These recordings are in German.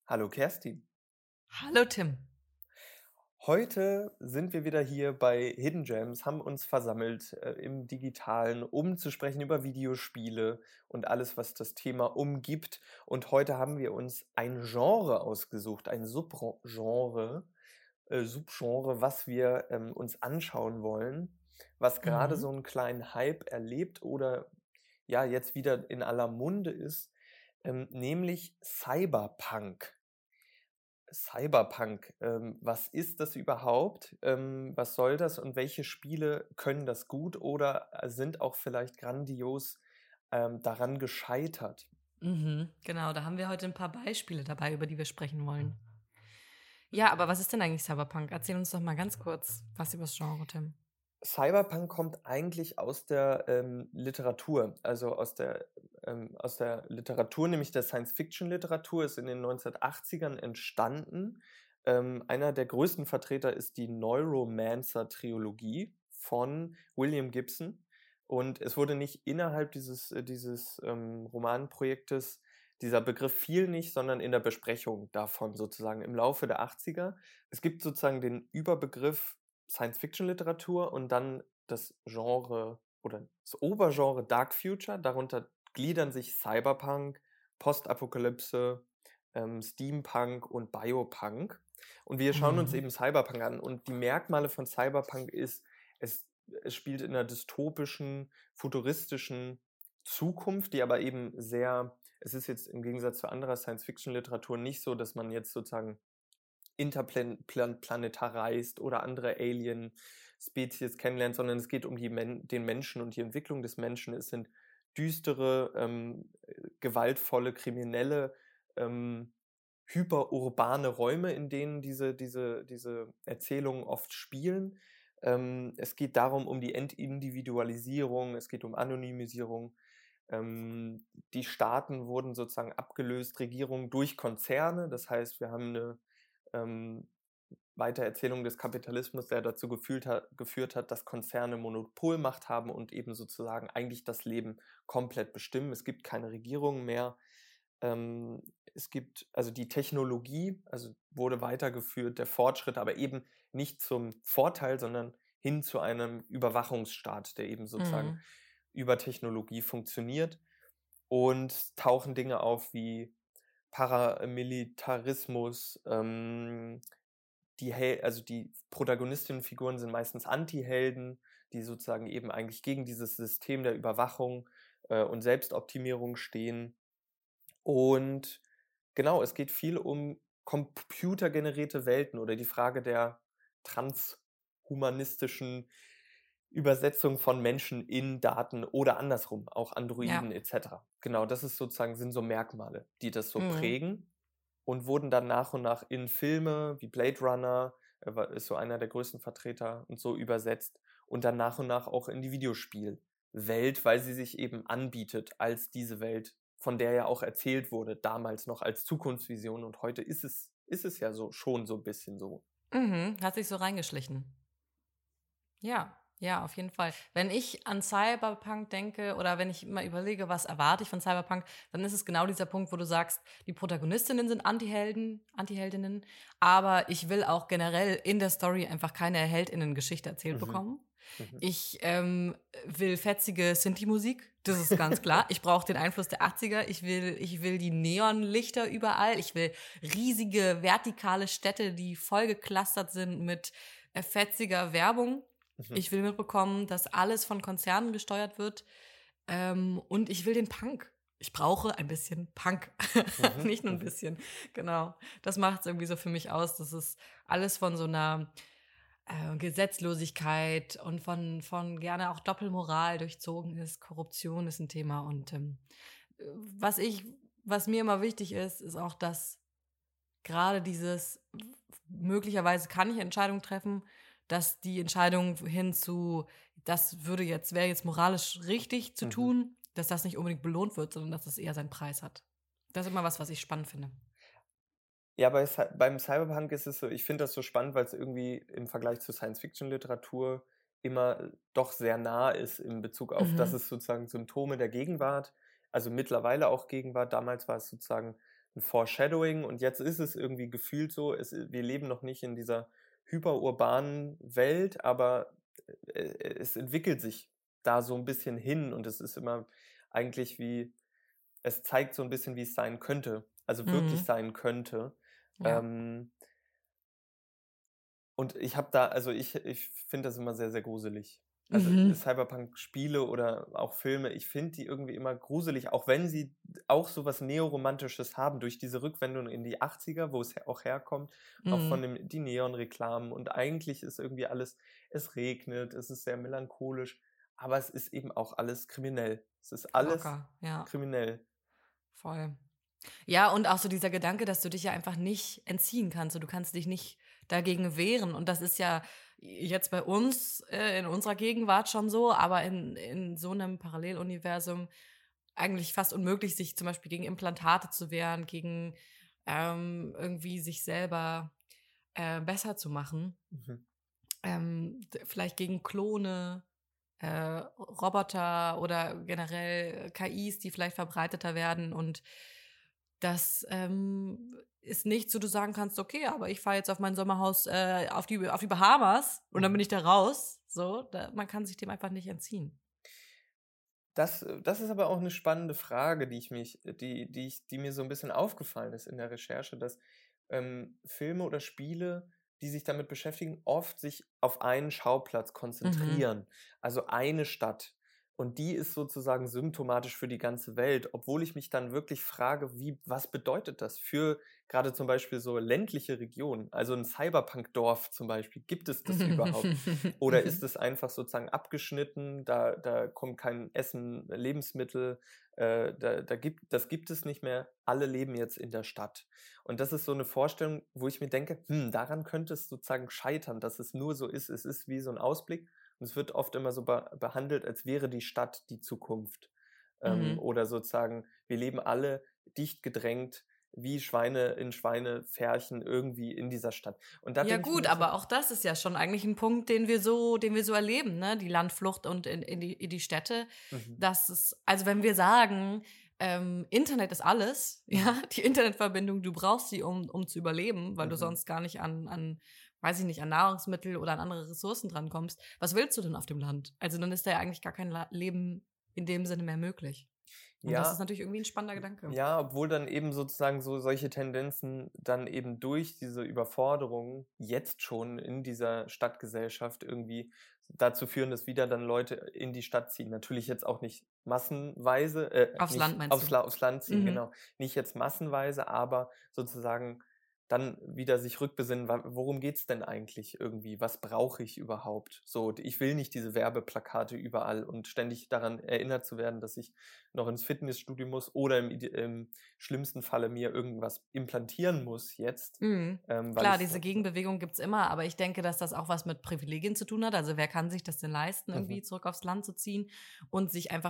Hallo Kerstin. Hallo Tim. Heute sind wir wieder hier bei Hidden Gems, haben uns versammelt im Digitalen, um zu sprechen über Videospiele und alles, was das Thema umgibt. Und heute haben wir uns ein Genre ausgesucht, ein Subgenre, was wir uns anschauen wollen, was gerade Mhm. so einen kleinen Hype erlebt oder ja jetzt wieder in aller Munde ist, nämlich Cyberpunk. Cyberpunk, was ist das überhaupt? Was soll das und welche Spiele können das gut oder sind auch vielleicht grandios, daran gescheitert? Genau, da haben wir heute ein paar Beispiele dabei, über die wir sprechen wollen. Ja, aber was ist denn eigentlich Cyberpunk? Erzähl uns doch mal ganz kurz was übers Genre, Tim. Cyberpunk kommt eigentlich aus der, Literatur, also aus der Literatur, nämlich der Science-Fiction-Literatur, ist in den 1980ern entstanden. Einer der größten Vertreter ist die Neuromancer-Trilogie von William Gibson und es wurde nicht innerhalb dieses Romanprojektes dieser Begriff fiel nicht, sondern in der Besprechung davon sozusagen im Laufe der 80er. Es gibt sozusagen den Überbegriff Science-Fiction-Literatur und dann das Genre oder das Obergenre Dark Future. Darunter gliedern sich Cyberpunk, Postapokalypse, Steampunk und Biopunk. Und wir schauen uns Mhm. eben Cyberpunk an. Und die Merkmale von Cyberpunk ist, es, es spielt in einer dystopischen, futuristischen Zukunft, die aber eben sehr, es ist jetzt im Gegensatz zu anderer Science-Fiction-Literatur nicht so, dass man jetzt sozusagen interplanetar reist oder andere Alien-Spezies kennenlernt, sondern es geht um den Menschen und die Entwicklung des Menschen. Es sind düstere, gewaltvolle, kriminelle, ähm, hyperurbane Räume, in denen diese Erzählungen oft spielen. Es geht darum, um die Entindividualisierung, es geht um Anonymisierung. Ähm, Die Staaten wurden sozusagen abgelöst, Regierungen durch Konzerne. Das heißt, wir haben eine ähm, Weitererzählung des Kapitalismus, der dazu geführt hat, dass Konzerne Monopolmacht haben und eben sozusagen eigentlich das Leben komplett bestimmen. Es gibt keine Regierungen mehr. Es gibt also die Technologie, also wurde weitergeführt, der Fortschritt, aber eben nicht zum Vorteil, sondern hin zu einem Überwachungsstaat, der eben sozusagen Mhm. über Technologie funktioniert und tauchen Dinge auf wie Paramilitarismus, also die Protagonistinnenfiguren sind meistens Anti-Helden, die sozusagen eben eigentlich gegen dieses System der Überwachung und Selbstoptimierung stehen. Und genau, es geht viel um computergenerierte Welten oder die Frage der transhumanistischen Übersetzung von Menschen in Daten oder andersrum, auch Ja. Androiden etc. Genau, das ist sozusagen sind so Merkmale, die das so Mhm. prägen und wurden dann nach und nach in Filme wie Blade Runner, ist so einer der größten Vertreter und so übersetzt und dann nach und nach auch in die Videospielwelt, weil sie sich eben anbietet als diese Welt, von der ja auch erzählt wurde, damals noch als Zukunftsvision und heute ist es ja so schon so ein bisschen so. Mhm. Hat sich so reingeschlichen. Ja, ja, auf jeden Fall. Wenn ich an Cyberpunk denke oder wenn ich mal überlege, was erwarte ich von Cyberpunk, dann ist es genau dieser Punkt, wo du sagst, die Protagonistinnen sind Antihelden, Antiheldinnen, aber ich will auch generell in der Story einfach keine Heldinnen-Geschichte erzählt Mhm. bekommen. Mhm. Ich will fetzige Sinti-Musik, das ist ganz klar. Ich brauche den Einfluss der 80er. Ich will die Neonlichter überall. Ich will riesige vertikale Städte, die vollgeklustert sind mit fetziger Werbung. Mhm. Ich will mitbekommen, dass alles von Konzernen gesteuert wird. Und ich will den Punk. Ich brauche ein bisschen Punk. Mhm. Nicht nur ein Mhm. bisschen. Genau. Das macht es irgendwie so für mich aus. Das ist alles von so einer Gesetzlosigkeit und von gerne auch Doppelmoral durchzogen ist. Korruption ist ein Thema. Und was ich, was mir immer wichtig ist, ist auch, dass gerade dieses möglicherweise kann ich Entscheidungen treffen, dass die Entscheidung hin zu, wäre jetzt moralisch richtig zu Mhm. tun, dass das nicht unbedingt belohnt wird, sondern dass das eher seinen Preis hat. Das ist immer was ich spannend finde. Ja, beim Cyberpunk ist es so, ich finde das so spannend, weil es irgendwie im Vergleich zur Science-Fiction-Literatur immer doch sehr nah ist in Bezug auf, dass Mhm. es sozusagen Symptome der Gegenwart, also mittlerweile auch Gegenwart, damals war es sozusagen ein Foreshadowing und jetzt ist es irgendwie gefühlt so, wir leben noch nicht in dieser hyperurbanen Welt, aber es entwickelt sich da so ein bisschen hin und es ist immer eigentlich es zeigt so ein bisschen, wie es sein könnte, also wirklich Mhm. sein könnte. Ja. Ähm, und ich finde das immer sehr, sehr gruselig. Also Mhm. Cyberpunk-Spiele oder auch Filme, ich finde die irgendwie immer gruselig, auch wenn sie auch so was Neoromantisches haben, durch diese Rückwendung in die 80er, wo es auch herkommt, auch von Mhm. die Neon-Reklamen und eigentlich ist irgendwie alles, es regnet, es ist sehr melancholisch, aber es ist eben auch alles kriminell. Es ist alles Locker, ja, kriminell. voll. Ja, und auch so dieser Gedanke, dass du dich ja einfach nicht entziehen kannst und du kannst dich nicht dagegen wehren. Und das ist ja jetzt bei uns in unserer Gegenwart schon so, aber in so einem Paralleluniversum eigentlich fast unmöglich, sich zum Beispiel gegen Implantate zu wehren, gegen irgendwie sich selber besser zu machen. Mhm. Vielleicht gegen Klone, Roboter oder generell KIs, die vielleicht verbreiteter werden. Und das ist nichts, wo du sagen kannst, okay, aber ich fahre jetzt auf mein Sommerhaus auf die Bahamas und dann bin Mhm. ich da raus. Man kann sich dem einfach nicht entziehen. Das ist aber auch eine spannende Frage, die mir so ein bisschen aufgefallen ist in der Recherche, dass, Filme oder Spiele, die sich damit beschäftigen, oft sich auf einen Schauplatz Mhm. konzentrieren, also eine Stadt. Und die ist sozusagen symptomatisch für die ganze Welt, obwohl ich mich dann wirklich frage, was bedeutet das für gerade zum Beispiel so ländliche Regionen? Also ein Cyberpunk-Dorf zum Beispiel, gibt es das überhaupt? Oder ist es einfach sozusagen abgeschnitten, da kommt kein Essen, Lebensmittel, das gibt es nicht mehr, alle leben jetzt in der Stadt. Und das ist so eine Vorstellung, wo ich mir denke, daran könnte es sozusagen scheitern, dass es nur so ist. Es ist wie so ein Ausblick und es wird oft immer so behandelt, als wäre die Stadt die Zukunft. Mhm. Oder sozusagen, wir leben alle dicht gedrängt wie Schweine in Schweinefärchen irgendwie in dieser Stadt. Und da Ja bin ich gut, immer so, aber auch das ist ja schon eigentlich ein Punkt, den wir so erleben, ne? Die Landflucht und in die Städte. mhm, Also wenn wir sagen, Internet ist alles, ja, mhm, die Internetverbindung, du brauchst sie, um zu überleben, weil du mhm. sonst gar nicht weiß ich nicht, an Nahrungsmittel oder an andere Ressourcen drankommst. Was willst du denn auf dem Land? Also dann ist da ja eigentlich gar kein Leben in dem Sinne mehr möglich. Und das ist Ja, natürlich irgendwie ein spannender Gedanke. ja, obwohl dann eben sozusagen solche Tendenzen dann eben durch diese Überforderung jetzt schon in dieser Stadtgesellschaft irgendwie dazu führen, dass wieder dann Leute in die Stadt ziehen. Natürlich jetzt auch nicht massenweise, Aufs Land nicht meinst du? aufs Land ziehen, Mhm. genau. Nicht jetzt massenweise, aber sozusagen dann wieder sich rückbesinnen, worum geht's denn eigentlich irgendwie? Was brauche ich überhaupt? So, ich will nicht diese Werbeplakate überall und ständig daran erinnert zu werden, dass ich noch ins Fitnessstudio muss oder im schlimmsten Falle mir irgendwas implantieren muss jetzt, Mhm. weil Klar, ich diese Gegenbewegung gibt's immer, aber ich denke, dass das auch was mit Privilegien zu tun hat. Also wer kann sich das denn leisten, mhm, irgendwie zurück aufs Land zu ziehen und sich einfach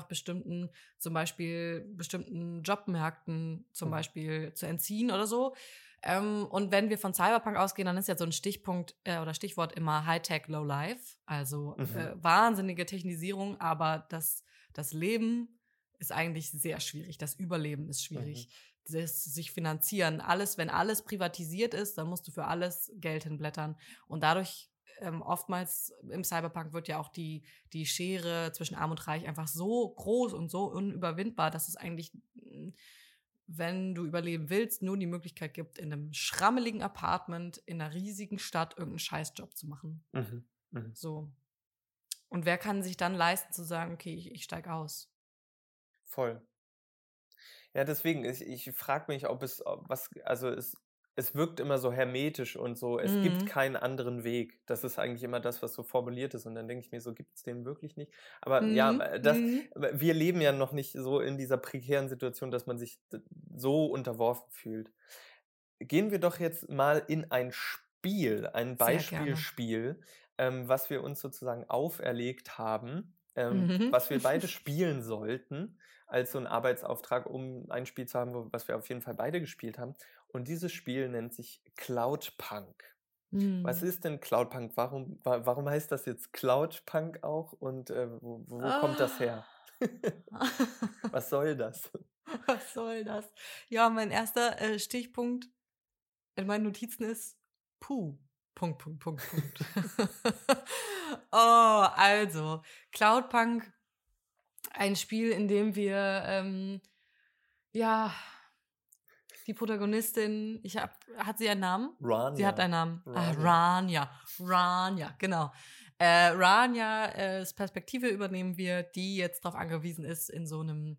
zum Beispiel bestimmten Jobmärkten zum mhm, Beispiel zu entziehen oder so. Und wenn wir von Cyberpunk ausgehen, dann ist ja so ein Stichpunkt oder Stichwort immer Hightech, Low-Life. Also mhm, wahnsinnige Technisierung, aber das Leben ist eigentlich sehr schwierig. Das Überleben ist mhm, schwierig, das sich finanzieren. Wenn alles privatisiert ist, dann musst du für alles Geld hinblättern. Und dadurch, oftmals im Cyberpunk wird ja auch die Schere zwischen Arm und Reich einfach so groß und so unüberwindbar, dass es eigentlich, wenn du überleben willst, nur die Möglichkeit gibt, in einem schrammeligen Apartment in einer riesigen Stadt irgendeinen Scheißjob zu machen. mhm, mhm. So. Und wer kann sich dann leisten zu sagen, okay, ich steige aus? Voll. Ja, deswegen, ich frage mich, also es wirkt immer so hermetisch und so, es gibt Mhm. keinen anderen Weg. Das ist eigentlich immer das, was so formuliert ist. Und dann denke ich mir so, gibt es den wirklich nicht? Aber ja, Mhm. Mhm. wir leben ja noch nicht so in dieser prekären Situation, dass man sich so unterworfen fühlt. Gehen wir doch jetzt mal in ein Sehr gerne. Beispielspiel, was wir uns sozusagen auferlegt haben, Mhm. was wir beide spielen sollten als so ein Arbeitsauftrag, um ein Spiel zu haben, was wir auf jeden Fall beide gespielt haben. Und dieses Spiel nennt sich Cloudpunk. Was Mhm. ist denn Cloudpunk? Warum heißt das jetzt Cloudpunk auch und wo kommt das Ah. her? Was soll das? Was soll das? Ja, mein erster Stichpunkt in meinen Notizen ist Puh. Punkt, Punkt, Punkt, Punkt. Oh, also, Cloudpunk, ein Spiel, in dem wir, ja, die Protagonistin, hat sie einen Namen? Rania. Sie hat einen Namen. Rania. Rania, genau. Ranias Perspektive übernehmen wir, die jetzt darauf angewiesen ist, in so einem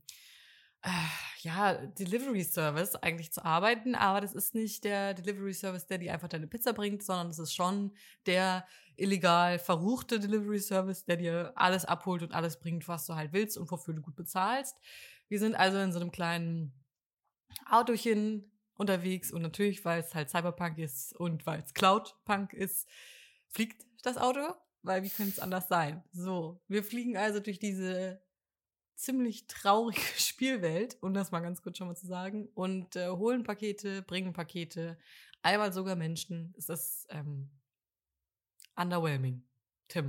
Delivery Service eigentlich zu arbeiten, aber das ist nicht der Delivery Service, der dir einfach deine Pizza bringt, sondern es ist schon der illegal verruchte Delivery Service, der dir alles abholt und alles bringt, was du halt willst und wofür du gut bezahlst. Wir sind also in so einem kleinen Autochen unterwegs und natürlich, weil es halt Cyberpunk ist und weil es Cloudpunk ist, fliegt das Auto, weil wie könnte es anders sein? So, wir fliegen also durch diese ziemlich traurige Spielwelt, um das mal ganz kurz schon mal zu sagen, und holen Pakete, bringen Pakete, einmal sogar Menschen. Es ist underwhelming. Tim.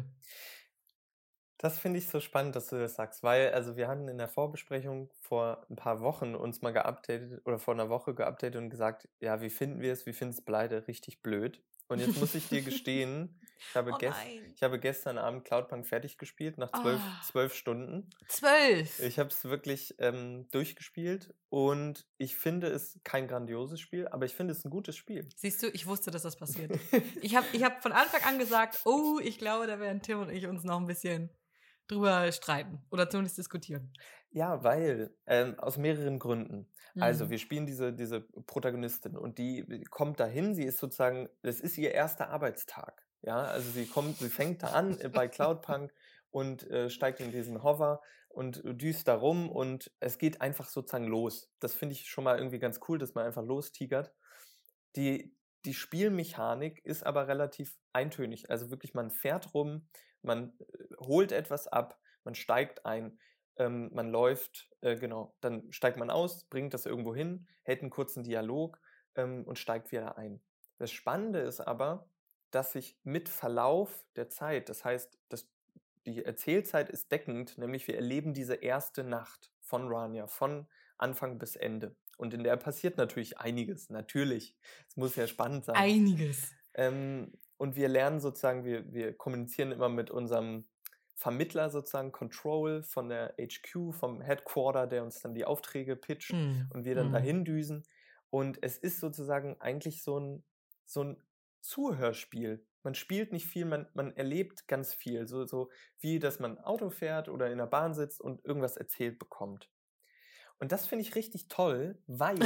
Das finde ich so spannend, dass du das sagst, weil, also wir hatten in der Vorbesprechung vor ein paar Wochen uns mal geupdatet oder vor einer Woche geupdatet und gesagt, ja, wie finden wir es, wie finden es beide richtig blöd. Und jetzt muss ich dir gestehen, ich habe gestern Abend Cloudpunk fertig gespielt, nach 12 Stunden. 12? Ich habe es wirklich durchgespielt und ich finde es kein grandioses Spiel, aber ich finde es ein gutes Spiel. Siehst du, ich wusste, dass das passiert. Ich hab von Anfang an gesagt, oh, ich glaube, da werden Tim und ich uns noch ein bisschen drüber streiten oder zumindest diskutieren. Ja, weil, aus mehreren Gründen. Also, wir spielen diese Protagonistin und die kommt dahin, sie ist sozusagen, das ist ihr erster Arbeitstag. Ja, also sie fängt da an bei Cloudpunk und steigt in diesen Hover und düst da rum und es geht einfach sozusagen los. Das finde ich schon mal irgendwie ganz cool, dass man einfach lostigert. Die Spielmechanik ist aber relativ eintönig. Also wirklich, man fährt rum, man holt etwas ab, man steigt ein, man läuft, genau, dann steigt man aus, bringt das irgendwo hin, hält einen kurzen Dialog und steigt wieder ein. Das Spannende ist aber, dass sich mit Verlauf der Zeit, das heißt, die Erzählzeit ist deckend, nämlich wir erleben diese erste Nacht von Rania, von Anfang bis Ende. Und in der passiert natürlich einiges, natürlich. Es muss ja spannend sein. Einiges. Und wir lernen sozusagen, wir kommunizieren immer mit unserem Vermittler sozusagen, Control von der HQ, vom Headquarter, der uns dann die Aufträge pitcht und wir dann dahin düsen. Und es ist sozusagen eigentlich so ein Zuhörspiel. Man spielt nicht viel, man erlebt ganz viel. So wie, dass man Auto fährt oder in der Bahn sitzt und irgendwas erzählt bekommt. Und das finde ich richtig toll, weil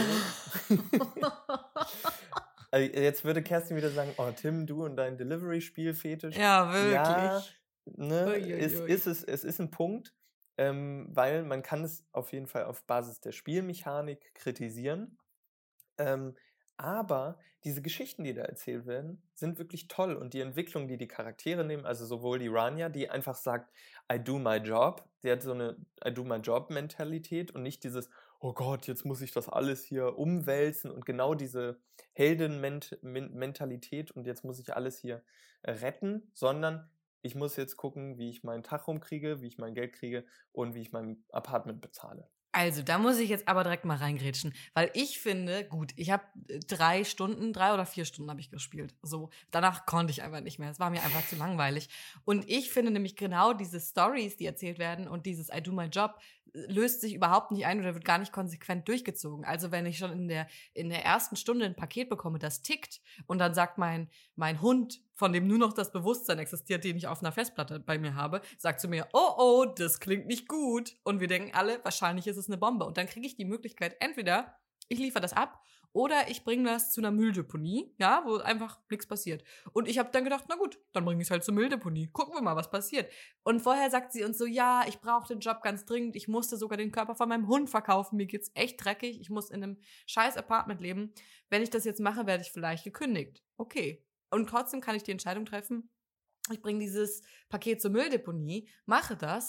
jetzt würde Kerstin wieder sagen, oh Tim, du und dein Delivery-Spiel-Fetisch. Ja, wirklich. Ja, ne, es ist ein Punkt, weil man kann es auf jeden Fall auf Basis der Spielmechanik kritisieren. Aber diese Geschichten, die da erzählt werden, sind wirklich toll. Und die Entwicklung, die Charaktere nehmen, also sowohl die Rania, die einfach sagt, I do my job, die hat so eine I do my job Mentalität und nicht dieses, oh Gott, jetzt muss ich das alles hier umwälzen und genau diese Heldenmentalität und jetzt muss ich alles hier retten, sondern ich muss jetzt gucken, wie ich meinen Tag rumkriege, wie ich mein Geld kriege und wie ich mein Apartment bezahle. Also, da muss ich jetzt aber direkt mal reingrätschen, weil ich finde, gut, ich habe 3 oder 4 Stunden habe ich gespielt. So, danach konnte ich einfach nicht mehr. Es war mir einfach zu langweilig. Und ich finde nämlich genau diese Stories, die erzählt werden und dieses I do my job, löst sich überhaupt nicht ein oder wird gar nicht konsequent durchgezogen. Also, wenn ich schon in der ersten Stunde ein Paket bekomme, das tickt und dann sagt mein Hund, von dem nur noch das Bewusstsein existiert, den ich auf einer Festplatte bei mir habe, sagt zu mir, oh, das klingt nicht gut. Und wir denken alle, wahrscheinlich ist es eine Bombe. Und dann kriege ich die Möglichkeit, entweder ich liefere das ab oder ich bringe das zu einer Mülldeponie, ja, wo einfach nichts passiert. Und ich habe dann gedacht, na gut, dann bringe ich es halt zur Mülldeponie. Gucken wir mal, was passiert. Und vorher sagt sie uns so, ja, ich brauche den Job ganz dringend. Ich musste sogar den Körper von meinem Hund verkaufen. Mir geht's echt dreckig. Ich muss in einem scheiß Apartment leben. Wenn ich das jetzt mache, werde ich vielleicht gekündigt. Okay. Und trotzdem kann ich die Entscheidung treffen, ich bringe dieses Paket zur Mülldeponie, mache das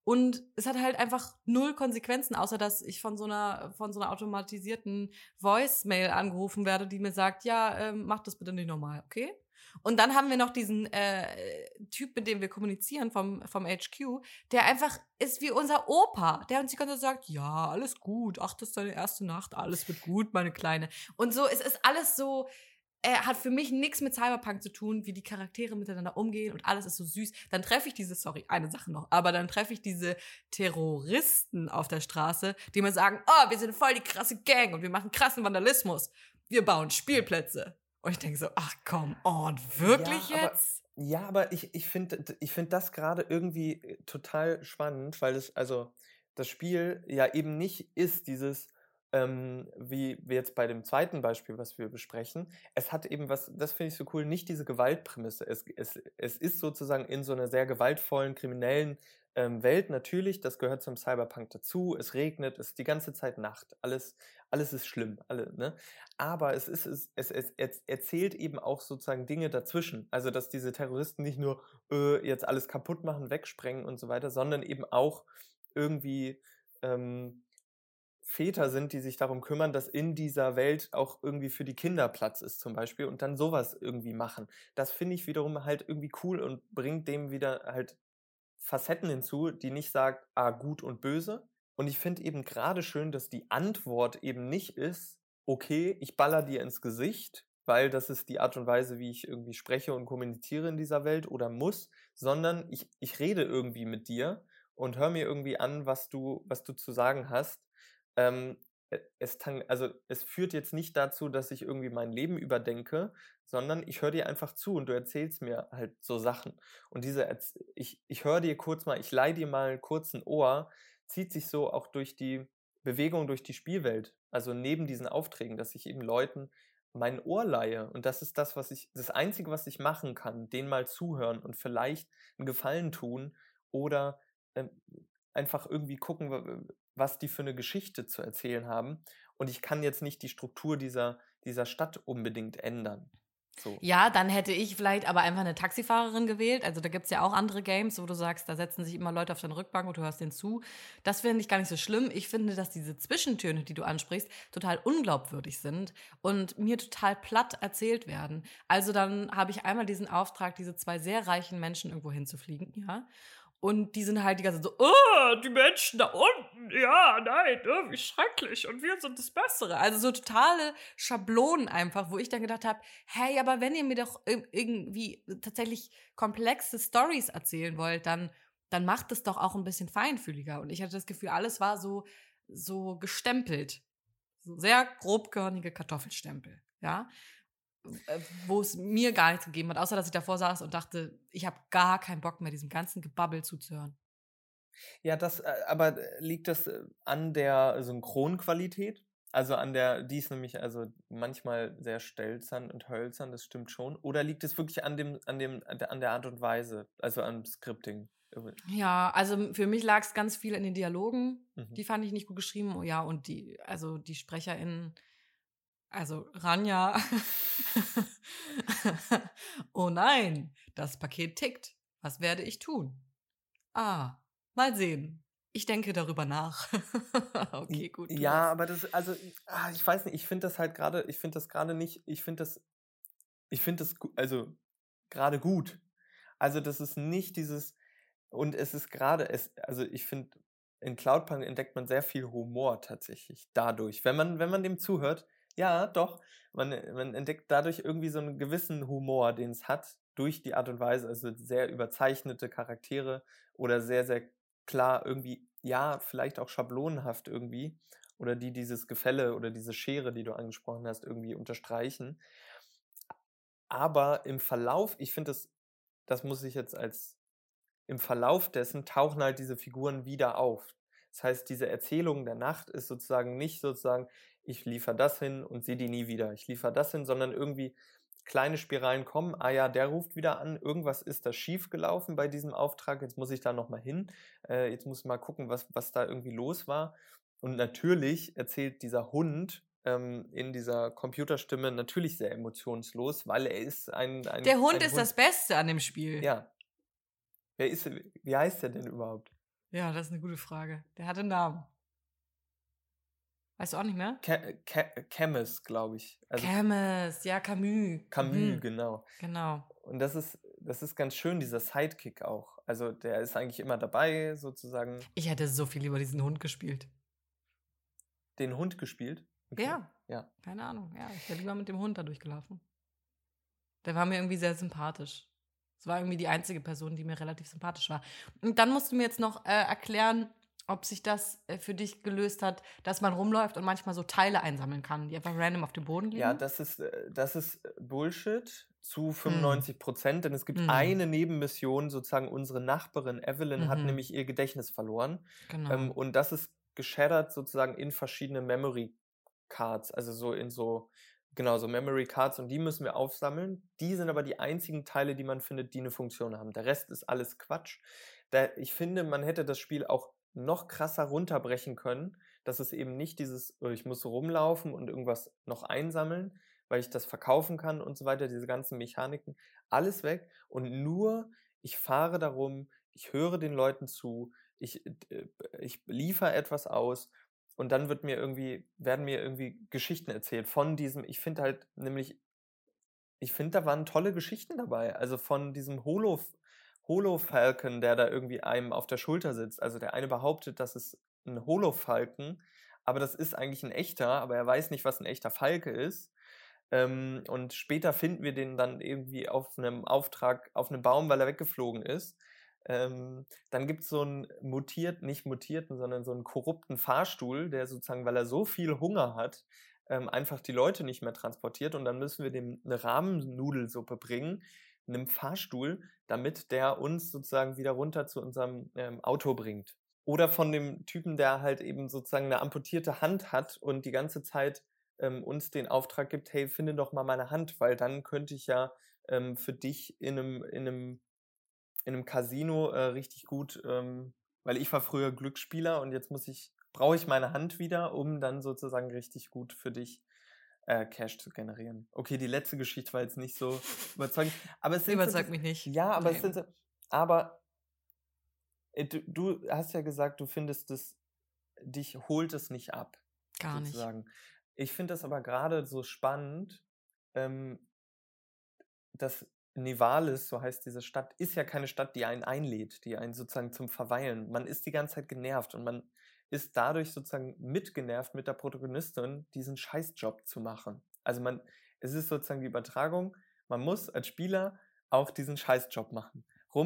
Und es hat halt einfach 0 Konsequenzen, außer dass ich von so einer automatisierten Voicemail angerufen werde, die mir sagt, ja, mach das bitte nicht normal, okay? Und dann haben wir noch diesen Typ, mit dem wir kommunizieren vom HQ, der einfach ist wie unser Opa, der uns die ganze Zeit sagt, ja, alles gut, ach, das ist deine erste Nacht, alles wird gut, meine Kleine. Und so, es ist alles so, hat für mich nichts mit Cyberpunk zu tun, wie die Charaktere miteinander umgehen und alles ist so süß. Dann treffe ich eine Sache noch, aber dann treffe ich diese Terroristen auf der Straße, die mir sagen, oh, wir sind voll die krasse Gang und wir machen krassen Vandalismus. Wir bauen Spielplätze. Und ich denke so, ach komm, wirklich jetzt? Aber ich find das gerade irgendwie total spannend, weil das Spiel ja eben nicht ist dieses, wie jetzt bei dem zweiten Beispiel, was wir besprechen. Es hat eben das finde ich so cool, nicht diese Gewaltprämisse. Es ist sozusagen in so einer sehr gewaltvollen, kriminellen Welt natürlich, das gehört zum Cyberpunk dazu. Es regnet, es ist die ganze Zeit Nacht, alles ist schlimm, ne? Aber es erzählt eben auch sozusagen Dinge dazwischen. Also, dass diese Terroristen nicht nur jetzt alles kaputt machen, wegsprengen und so weiter, sondern eben auch irgendwie Väter sind, die sich darum kümmern, dass in dieser Welt auch irgendwie für die Kinder Platz ist zum Beispiel und dann sowas irgendwie machen. Das finde ich wiederum halt irgendwie cool und bringt dem wieder halt Facetten hinzu, die nicht sagt, gut und böse. Und ich finde eben gerade schön, dass die Antwort eben nicht ist, okay, ich baller dir ins Gesicht, weil das ist die Art und Weise, wie ich irgendwie spreche und kommuniziere in dieser Welt oder muss, sondern ich rede irgendwie mit dir und hör mir irgendwie an, was du zu sagen hast. Ähm, es führt jetzt nicht dazu, dass ich irgendwie mein Leben überdenke, sondern ich höre dir einfach zu und du erzählst mir halt so Sachen. Und ich höre dir kurz mal, ich leihe dir mal kurz ein Ohr, zieht sich so auch durch die Bewegung durch die Spielwelt. Also neben diesen Aufträgen, dass ich eben Leuten mein Ohr leihe. Und das ist das Einzige, was ich machen kann, denen mal zuhören und vielleicht einen Gefallen tun oder ähm, einfach irgendwie gucken, was die für eine Geschichte zu erzählen haben. Und ich kann jetzt nicht die Struktur dieser Stadt unbedingt ändern. So. Ja, dann hätte ich vielleicht aber einfach eine Taxifahrerin gewählt. Also da gibt es ja auch andere Games, wo du sagst, da setzen sich immer Leute auf deine Rückbank und du hörst denen zu. Das finde ich gar nicht so schlimm. Ich finde, dass diese Zwischentöne, die du ansprichst, total unglaubwürdig sind und mir total platt erzählt werden. Also dann habe ich einmal diesen Auftrag, diese 2 sehr reichen Menschen irgendwo hinzufliegen, ja. Und die sind halt die ganze Zeit so, oh, die Menschen da unten, ja, nein, wie schrecklich und wir sind das Bessere. Also so totale Schablonen einfach, wo ich dann gedacht habe, hey, aber wenn ihr mir doch irgendwie tatsächlich komplexe Stories erzählen wollt, dann macht es doch auch ein bisschen feinfühliger. Und ich hatte das Gefühl, alles war so gestempelt. So sehr grobkörnige Kartoffelstempel, ja. Wo es mir gar nichts gegeben hat, außer dass ich davor saß und dachte, ich habe gar keinen Bock mehr, diesem ganzen Gebabbel zuzuhören. Ja, aber liegt das an der Synchronqualität? Also die ist nämlich also manchmal sehr stelzern und hölzern, das stimmt schon. Oder liegt es wirklich an der Art und Weise, also am Scripting? Ja, also für mich lag es ganz viel in den Dialogen. Mhm. Die fand ich nicht gut geschrieben. Oh ja, und die SprecherInnen, also Ranja. Oh nein, das Paket tickt. Was werde ich tun? Mal sehen. Ich denke darüber nach. Okay, gut. Ja, aber ich weiß nicht, ich finde das gerade nicht, ich finde das also gerade gut. Also das ist nicht dieses, und es ist also ich finde, in Cloudpunk entdeckt man sehr viel Humor tatsächlich dadurch. Wenn man dem zuhört, ja, doch, man entdeckt dadurch irgendwie so einen gewissen Humor, den es hat, durch die Art und Weise, also sehr überzeichnete Charaktere oder sehr, sehr klar irgendwie, ja, vielleicht auch schablonenhaft irgendwie, oder die dieses Gefälle oder diese Schere, die du angesprochen hast, irgendwie unterstreichen. Aber im Verlauf, ich finde das muss ich jetzt im Verlauf dessen tauchen halt diese Figuren wieder auf. Das heißt, diese Erzählung der Nacht ist sozusagen nicht sozusagen, ich liefere das hin und sehe die nie wieder. Ich liefere das hin, sondern irgendwie kleine Spiralen kommen. Ja, der ruft wieder an, irgendwas ist da schief gelaufen bei diesem Auftrag, jetzt muss ich da nochmal hin. Jetzt muss ich mal gucken, was da irgendwie los war. Und natürlich erzählt dieser Hund in dieser Computerstimme natürlich sehr emotionslos, weil er ist Der Hund ist das Beste an dem Spiel. Ja. Wie heißt der denn überhaupt? Ja, das ist eine gute Frage. Der hatte einen Namen. Weißt du auch nicht mehr? Camus, glaube ich. Also Camus, ja, Camus. Camus, genau. Genau. Und das ist ganz schön, dieser Sidekick auch. Also der ist eigentlich immer dabei, sozusagen. Ich hätte so viel über diesen Hund gespielt. Den Hund gespielt? Okay. Ja. Keine Ahnung. Ja, ich wäre lieber mit dem Hund da durchgelaufen. Der war mir irgendwie sehr sympathisch. Es war irgendwie die einzige Person, die mir relativ sympathisch war. Und dann musst du mir jetzt noch erklären, ob sich das für dich gelöst hat, dass man rumläuft und manchmal so Teile einsammeln kann, die einfach random auf dem Boden liegen. Ja, das ist Bullshit zu 95%, denn es gibt eine Nebenmission, sozusagen unsere Nachbarin Evelyn hat nämlich ihr Gedächtnis verloren. Genau. Und das ist geshattert sozusagen in verschiedene Memory Cards, also so Memory Cards, und die müssen wir aufsammeln. Die sind aber die einzigen Teile, die man findet, die eine Funktion haben. Der Rest ist alles Quatsch. Ich finde, man hätte das Spiel auch noch krasser runterbrechen können, dass es eben nicht ich muss so rumlaufen und irgendwas noch einsammeln, weil ich das verkaufen kann und so weiter, diese ganzen Mechaniken, alles weg, und nur ich fahre darum, ich höre den Leuten zu, ich liefere etwas aus, und dann werden mir irgendwie Geschichten erzählt von diesem, ich finde, da waren tolle Geschichten dabei, also von diesem Holo-Falcon, der da irgendwie einem auf der Schulter sitzt. Also der eine behauptet, das ist ein Holo-Falcon, aber das ist eigentlich ein echter, aber er weiß nicht, was ein echter Falke ist. Und später finden wir den dann irgendwie auf einem Baum, weil er weggeflogen ist. Dann gibt es so einen nicht mutierten, sondern so einen korrupten Fahrstuhl, der sozusagen, weil er so viel Hunger hat, einfach die Leute nicht mehr transportiert, und dann müssen wir dem eine Rahmennudelsuppe bringen, einem Fahrstuhl, damit der uns sozusagen wieder runter zu unserem Auto bringt. Oder von dem Typen, der halt eben sozusagen eine amputierte Hand hat und die ganze Zeit uns den Auftrag gibt, hey, finde doch mal meine Hand, weil dann könnte ich ja für dich in einem Casino richtig gut, weil ich war früher Glücksspieler und jetzt brauche ich meine Hand wieder, um dann sozusagen richtig gut für dich Cash zu generieren. Okay, die letzte Geschichte war jetzt nicht so überzeugend, aber es überzeugt mich nicht. Ja, aber du hast ja gesagt, du findest dich holt es nicht ab. Gar sozusagen. nicht. Ich finde das aber gerade so spannend, dass Nivalis, so heißt diese Stadt, ist ja keine Stadt, die einen einlädt, die einen sozusagen zum Verweilen. Man ist die ganze Zeit genervt und man ist dadurch sozusagen mitgenervt mit der Protagonistin, diesen Scheißjob zu machen. Also es ist sozusagen die Übertragung, man muss als Spieler auch diesen Scheißjob machen.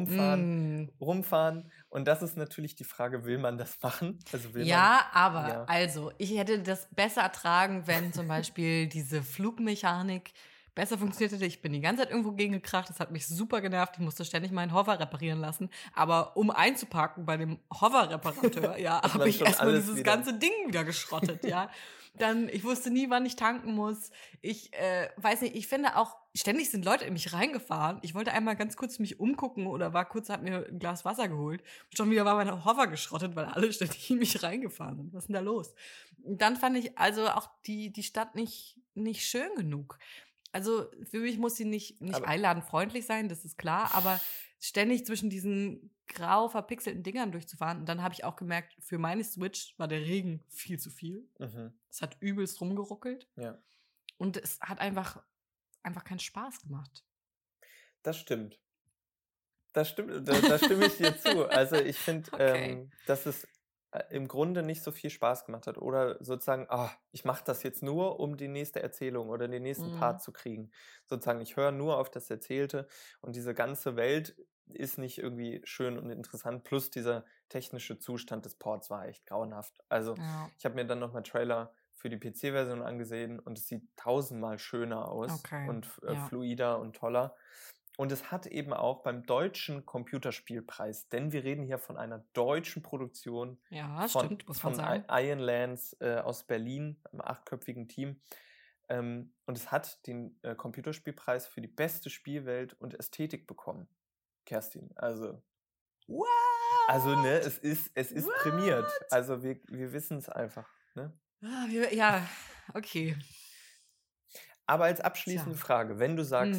Rumfahren. Und das ist natürlich die Frage, will man das machen? Also also ich hätte das besser ertragen, wenn zum Beispiel diese Flugmechanik besser funktioniert hätte. Ich bin die ganze Zeit irgendwo gegengekracht, das hat mich super genervt, ich musste ständig meinen Hover reparieren lassen. Aber um einzuparken bei dem Hover-Reparateur, habe ich erstmal dieses ganze Ding wieder geschrottet, Dann, ich wusste nie, wann ich tanken muss. Ich weiß nicht, ich finde auch, ständig sind Leute in mich reingefahren. Ich wollte einmal ganz kurz mich umgucken oder hab mir ein Glas Wasser geholt. Schon wieder war mein Hover geschrottet, weil alle ständig in mich reingefahren sind. Was ist denn da los? Und dann fand ich also auch die Stadt nicht schön genug. Also für mich muss sie nicht einladend freundlich sein, das ist klar, aber ständig zwischen diesen grau verpixelten Dingern durchzufahren. Und dann habe ich auch gemerkt, für meine Switch war der Regen viel zu viel. Es hat übelst rumgeruckelt. Ja. Und es hat einfach keinen Spaß gemacht. Das stimmt. Da stimme ich dir zu. Also ich finde, dass es im Grunde nicht so viel Spaß gemacht hat. Oder sozusagen, ich mache das jetzt nur, um die nächste Erzählung oder den nächsten Part zu kriegen. Sozusagen, ich höre nur auf das Erzählte und diese ganze Welt ist nicht irgendwie schön und interessant. Plus dieser technische Zustand des Ports war echt grauenhaft. Also ich habe mir dann nochmal Trailer für die PC-Version angesehen und es sieht 1000-mal schöner aus und fluider und toller. Und es hat eben auch beim Deutschen Computerspielpreis, denn wir reden hier von einer deutschen Produktion von Iron Lance aus Berlin, einem 8-köpfigen Team. Und es hat den Computerspielpreis für die beste Spielwelt und Ästhetik bekommen. Kerstin, also. What? Also, ne, es ist prämiert. Also wir wissen es einfach. Ne? Ja, okay. Aber als abschließende Frage, wenn du sagst,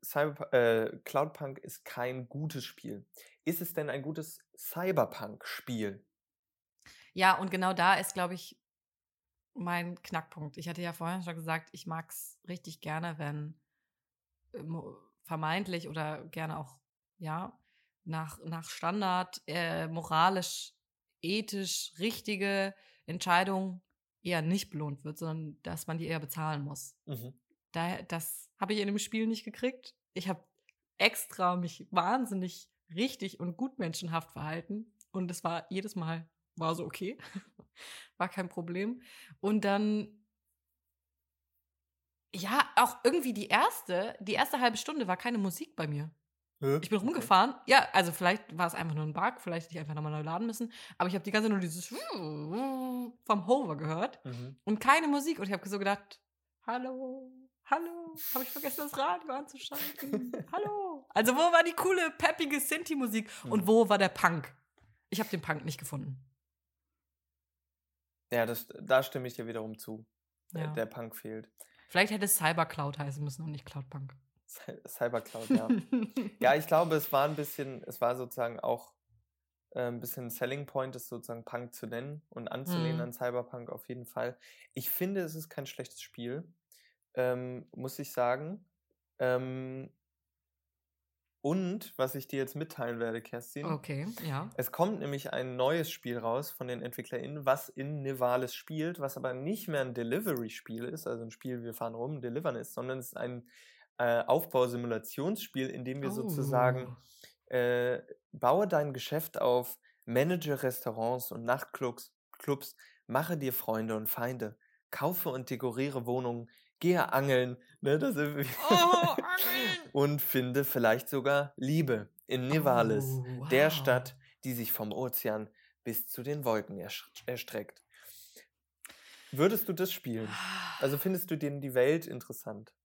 Cloudpunk ist kein gutes Spiel. Ist es denn ein gutes Cyberpunk-Spiel? Ja, und genau da ist, glaube ich, mein Knackpunkt. Ich hatte ja vorhin schon gesagt, ich mag es richtig gerne, wenn vermeintlich oder gerne auch, ja, nach Standard moralisch, ethisch richtige Entscheidung eher nicht belohnt wird, sondern dass man die eher bezahlen muss. Mhm. Das habe ich in dem Spiel nicht gekriegt. Ich habe extra mich wahnsinnig richtig und gut menschenhaft verhalten und es war jedes Mal war so okay. War kein Problem. Und dann, ja, auch irgendwie die erste halbe Stunde war keine Musik bei mir. Ich bin rumgefahren. Ja, also vielleicht war es einfach nur ein Bug, vielleicht hätte ich einfach nochmal neu laden müssen. Aber ich habe die ganze Zeit nur dieses vom Hover gehört und keine Musik. Und ich habe so gedacht, hallo, habe ich vergessen, das Radio anzuschalten? Hallo. Also wo war die coole, peppige Sinti-Musik und wo war der Punk? Ich habe den Punk nicht gefunden. Ja, da stimme ich dir wiederum zu. Ja. Der Punk fehlt. Vielleicht hätte es Cybercloud heißen müssen und nicht Cloudpunk. Cybercloud, ja. Ja, ich glaube, es war sozusagen auch ein bisschen ein Selling Point, es sozusagen Punk zu nennen und anzulehnen an Cyberpunk auf jeden Fall. Ich finde, es ist kein schlechtes Spiel, muss ich sagen. Und was ich dir jetzt mitteilen werde, Kerstin. Okay, ja. Es kommt nämlich ein neues Spiel raus von den EntwicklerInnen, was in Nivalis spielt, was aber nicht mehr ein Delivery-Spiel ist, also ein Spiel, wir fahren rum, delivern ist, sondern es ist ein Aufbausimulationsspiel, in dem wir sozusagen baue dein Geschäft auf, manage Restaurants und Nachtclubs, mache dir Freunde und Feinde, kaufe und dekoriere Wohnungen, gehe angeln, ne, angeln. Und finde vielleicht sogar Liebe in Nivalis, der Stadt, die sich vom Ozean bis zu den Wolken erstreckt. Würdest du das spielen? Also findest du denn die Welt interessant?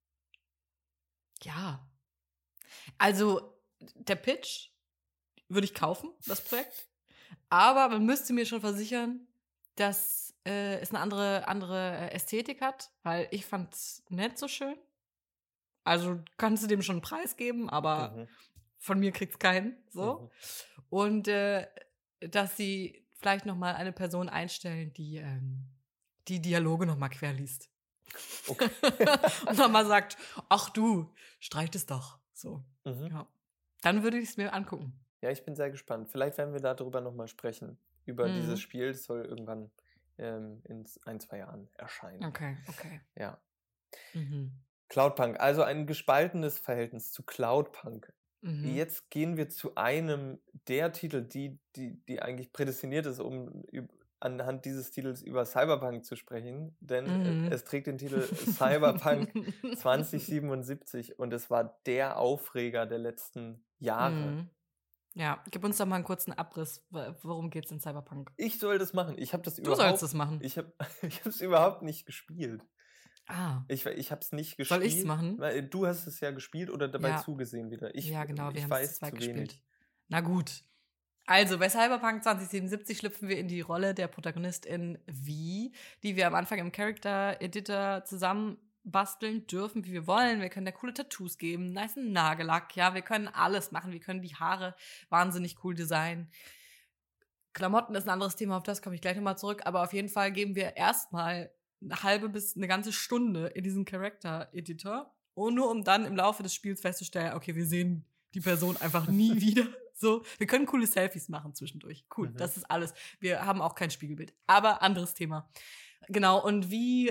Ja. Also der Pitch würde ich kaufen, das Projekt. Aber man müsste mir schon versichern, dass es eine andere Ästhetik hat, weil ich fand es nicht so schön. Also kannst du dem schon einen Preis geben, aber von mir kriegt's keinen. So. Und dass sie vielleicht noch mal eine Person einstellen, die die Dialoge noch mal querliest. Okay. Und dann mal sagt, ach du, streich es doch. So. Ja. Dann würde ich es mir angucken. Ja, ich bin sehr gespannt. Vielleicht werden wir darüber noch mal sprechen. Über dieses Spiel. Das soll irgendwann in 1-2 Jahren erscheinen. Okay. Ja. Cloudpunk, also ein gespaltenes Verhältnis zu Cloudpunk. Jetzt gehen wir zu einem der Titel, die eigentlich prädestiniert ist, um anhand dieses Titels über Cyberpunk zu sprechen, denn es trägt den Titel Cyberpunk 2077 und es war der Aufreger der letzten Jahre. Ja, gib uns doch mal einen kurzen Abriss. Worum geht es in Cyberpunk? Ich soll das machen. Ich habe das Du sollst es machen. Ich habe es überhaupt nicht gespielt. Ich habe es nicht gespielt. Soll ich es machen? Weil du hast es ja gespielt oder dabei zugesehen wieder. Ja, genau, wir haben es zu zweit gespielt. Wenig. Na gut. Also, bei Cyberpunk 2077 schlüpfen wir in die Rolle der Protagonistin V, die wir am Anfang im Character-Editor zusammen basteln dürfen, wie wir wollen. Wir können da coole Tattoos geben, nice Nagellack, ja, wir können alles machen. Wir können die Haare wahnsinnig cool designen. Klamotten ist ein anderes Thema, auf das komme ich gleich nochmal zurück, aber auf jeden Fall geben wir erstmal eine halbe bis eine ganze Stunde in diesen Character-Editor, und nur um dann im Laufe des Spiels festzustellen, okay, wir sehen die Person einfach nie wieder. So, wir können coole Selfies machen zwischendurch. Cool, das ist alles. Wir haben auch kein Spiegelbild. Aber anderes Thema. Genau, und wie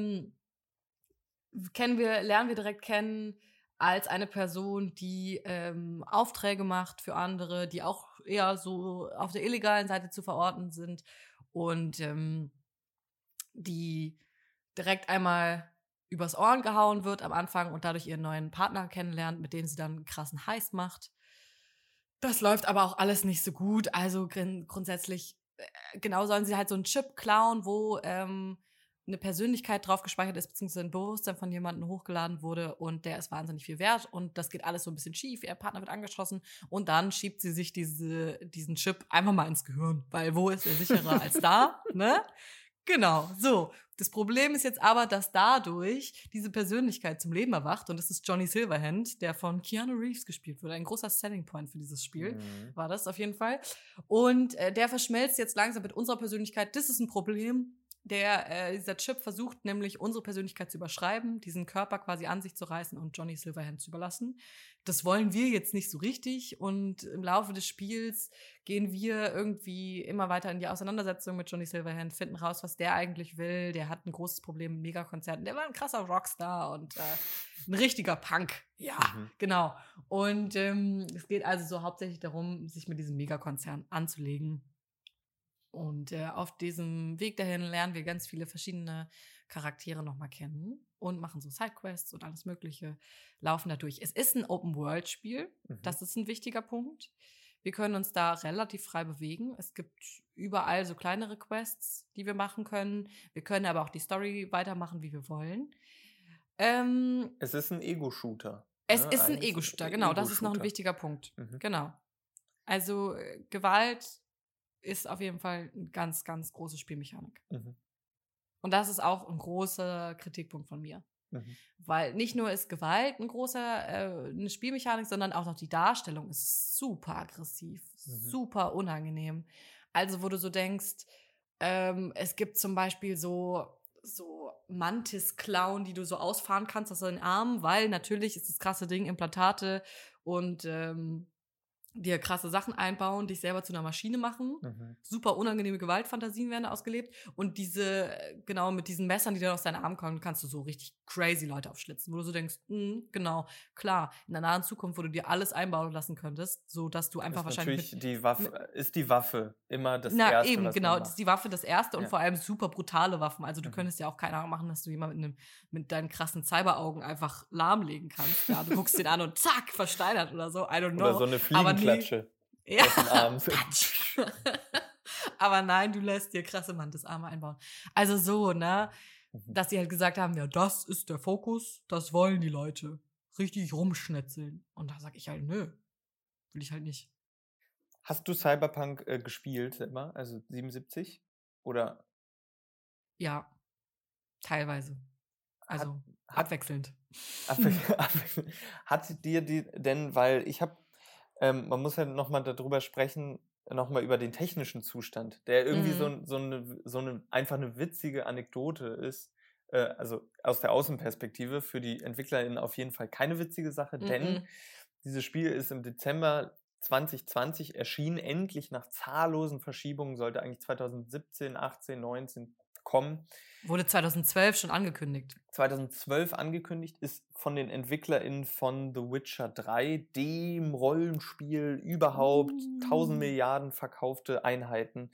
lernen wir direkt kennen als eine Person, die Aufträge macht für andere, die auch eher so auf der illegalen Seite zu verorten sind und die direkt einmal übers Ohren gehauen wird am Anfang und dadurch ihren neuen Partner kennenlernt, mit dem sie dann einen krassen Heist macht. Das läuft aber auch alles nicht so gut. Also grundsätzlich, genau, sollen sie halt so einen Chip klauen, wo eine Persönlichkeit drauf gespeichert ist, beziehungsweise ein Bewusstsein von jemandem hochgeladen wurde und der ist wahnsinnig viel wert und das geht alles so ein bisschen schief. Ihr Partner wird angeschossen und dann schiebt sie sich diesen Chip einfach mal ins Gehirn, weil wo ist er sicherer als da, ne? Genau, so. Das Problem ist jetzt aber, dass dadurch diese Persönlichkeit zum Leben erwacht und das ist Johnny Silverhand, der von Keanu Reeves gespielt wurde. Ein großer Selling Point für dieses Spiel war das auf jeden Fall. Und der verschmelzt jetzt langsam mit unserer Persönlichkeit. Das ist ein Problem. Dieser Chip versucht nämlich, unsere Persönlichkeit zu überschreiben, diesen Körper quasi an sich zu reißen und Johnny Silverhand zu überlassen. Das wollen wir jetzt nicht so richtig und im Laufe des Spiels gehen wir irgendwie immer weiter in die Auseinandersetzung mit Johnny Silverhand, finden raus, was der eigentlich will. Der hat ein großes Problem mit Megakonzerten. Der war ein krasser Rockstar und ein richtiger Punk. Ja, genau. Und es geht also so hauptsächlich darum, sich mit diesem Megakonzern anzulegen. Und auf diesem Weg dahin lernen wir ganz viele verschiedene Charaktere nochmal kennen und machen so Sidequests und alles Mögliche, laufen da durch. Es ist ein Open-World-Spiel, das ist ein wichtiger Punkt. Wir können uns da relativ frei bewegen. Es gibt überall so kleinere Quests, die wir machen können. Wir können aber auch die Story weitermachen, wie wir wollen. Es ist ein Ego-Shooter. Es ist ein Ego-Shooter, genau. Das ist noch ein wichtiger Punkt. Genau. Also Gewalt ist auf jeden Fall eine ganz, ganz große Spielmechanik. Und das ist auch ein großer Kritikpunkt von mir. Weil nicht nur ist Gewalt eine Spielmechanik, sondern auch noch die Darstellung ist super aggressiv, super unangenehm. Also wo du so denkst, es gibt zum Beispiel so Mantis-Klauen, die du so ausfahren kannst aus deinen Armen, weil natürlich ist das krasse Ding Implantate und dir krasse Sachen einbauen, dich selber zu einer Maschine machen. Super unangenehme Gewaltfantasien werden da ausgelebt. Und genau, mit diesen Messern, die dann aus deinen Armen kommen, kannst du so richtig crazy Leute aufschlitzen, wo du so denkst, genau, klar, in der nahen Zukunft, wo du dir alles einbauen lassen könntest, so dass du einfach wahrscheinlich ist die Waffe immer das Erste, Na eben, was genau, man macht. das ist die Waffe das Erste und vor allem super brutale Waffen. Also du könntest ja auch keine Ahnung machen, dass du jemanden mit deinen krassen Cyberaugen einfach lahmlegen kannst. Ja, du guckst den an und zack, versteinert oder so, I don't know. Oder so eine Fliegenklatsche auf den Arm. Aber nein, du lässt dir krasse Mantisarme einbauen. Also so, ne? Dass sie halt gesagt haben, ja, das ist der Fokus, das wollen die Leute. Richtig rumschnetzeln. Und da sag ich halt, nö, will ich halt nicht. Hast du Cyberpunk gespielt immer? Also 77? Oder? Ja, teilweise. Also abwechselnd. Hat dir denn, weil ich habe, man muss ja nochmal darüber sprechen, nochmal über den technischen Zustand, der irgendwie so eine einfach eine witzige Anekdote ist, also aus der Außenperspektive, für die EntwicklerInnen auf jeden Fall keine witzige Sache, denn dieses Spiel ist im Dezember 2020 erschienen, endlich nach zahllosen Verschiebungen, sollte eigentlich 2017, 18, 19 kommen. Wurde 2012 schon angekündigt. 2012 angekündigt, ist von den EntwicklerInnen von The Witcher 3, dem Rollenspiel überhaupt, 1000 Milliarden verkaufte Einheiten,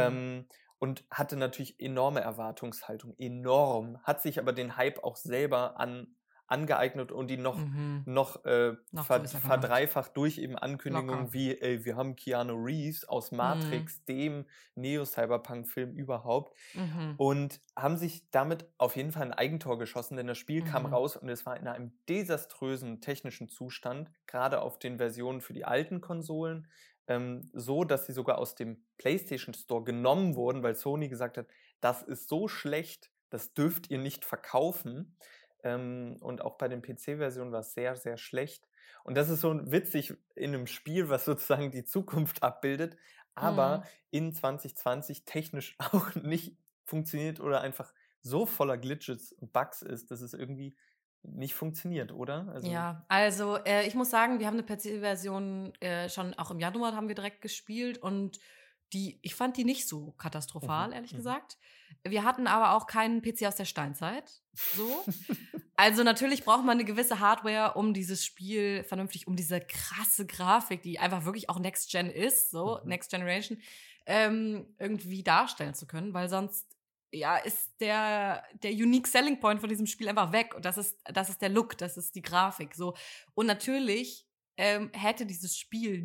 und hatte natürlich enorme Erwartungshaltung, enorm, hat sich aber den Hype auch selber angeeignet und ihn noch verdreifacht durch eben Ankündigungen wie, wir haben Keanu Reeves aus Matrix, dem Neo-Cyberpunk-Film überhaupt, und haben sich damit auf jeden Fall ein Eigentor geschossen, denn das Spiel kam raus und es war in einem desaströsen technischen Zustand, gerade auf den Versionen für die alten Konsolen, so, dass sie sogar aus dem PlayStation Store genommen wurden, weil Sony gesagt hat, das ist so schlecht, das dürft ihr nicht verkaufen. Und auch bei den PC-Versionen war es sehr, sehr schlecht. Und das ist so witzig in einem Spiel, was sozusagen die Zukunft abbildet, aber in 2020 technisch auch nicht funktioniert oder einfach so voller Glitches und Bugs ist, dass es irgendwie nicht funktioniert, oder? Also ich muss sagen, wir haben eine PC-Version schon auch im Januar haben wir direkt gespielt und ich fand die nicht so katastrophal, ehrlich gesagt. Wir hatten aber auch keinen PC aus der Steinzeit. So. Also natürlich braucht man eine gewisse Hardware, um dieses Spiel vernünftig, um diese krasse Grafik, die einfach wirklich auch Next Gen ist, so Next Generation, irgendwie darstellen zu können, weil sonst ist der Unique Selling Point von diesem Spiel einfach weg. Und das ist der Look, das ist die Grafik. So. Und natürlich hätte dieses Spiel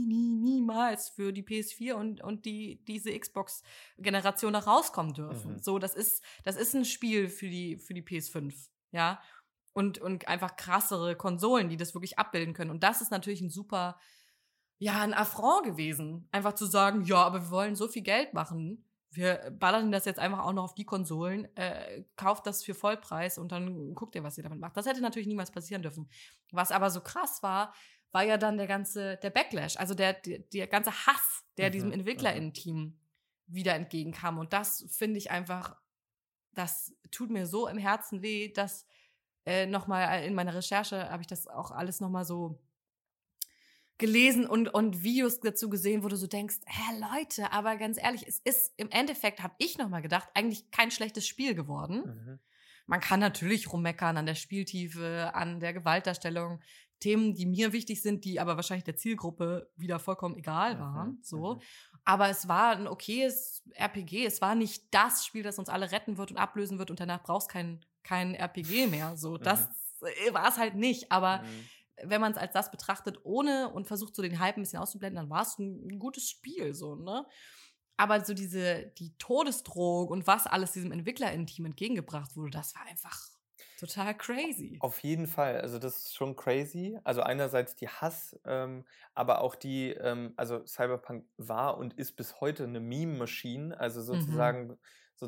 niemals für die PS4 und diese Xbox-Generation noch rauskommen dürfen. So, das ist ein Spiel für die PS5, ja. Und einfach krassere Konsolen, die das wirklich abbilden können. Und das ist natürlich ein Affront gewesen, einfach zu sagen, ja, aber wir wollen so viel Geld machen wir ballern das jetzt einfach auch noch auf die Konsolen, kauft das für Vollpreis und dann guckt ihr, was ihr damit macht. Das hätte natürlich niemals passieren dürfen. Was aber so krass war ja dann der Backlash, also der ganze Hass, der diesem EntwicklerInnen-Team wieder entgegenkam. Und das finde ich einfach, das tut mir so im Herzen weh, dass nochmal in meiner Recherche habe ich das auch alles nochmal so gelesen und Videos dazu gesehen, wo du so denkst, Leute, aber ganz ehrlich, es ist im Endeffekt, habe ich nochmal gedacht, eigentlich kein schlechtes Spiel geworden. Man kann natürlich rummeckern an der Spieltiefe, an der Gewaltdarstellung, Themen, die mir wichtig sind, die aber wahrscheinlich der Zielgruppe wieder vollkommen egal waren. So. Aber es war ein okayes RPG. Es war nicht das Spiel, das uns alle retten wird und ablösen wird und danach brauchst kein RPG mehr. So, das war es halt nicht. Aber wenn man es als das betrachtet, ohne und versucht, so den Hype ein bisschen auszublenden, dann war es ein gutes Spiel, so, ne? Aber so die Todesdrohung und was alles diesem EntwicklerInnen-Team entgegengebracht wurde, das war einfach total crazy. Auf jeden Fall, also das ist schon crazy. Also einerseits die Hass, aber auch also Cyberpunk war und ist bis heute eine Meme-Machine, also sozusagen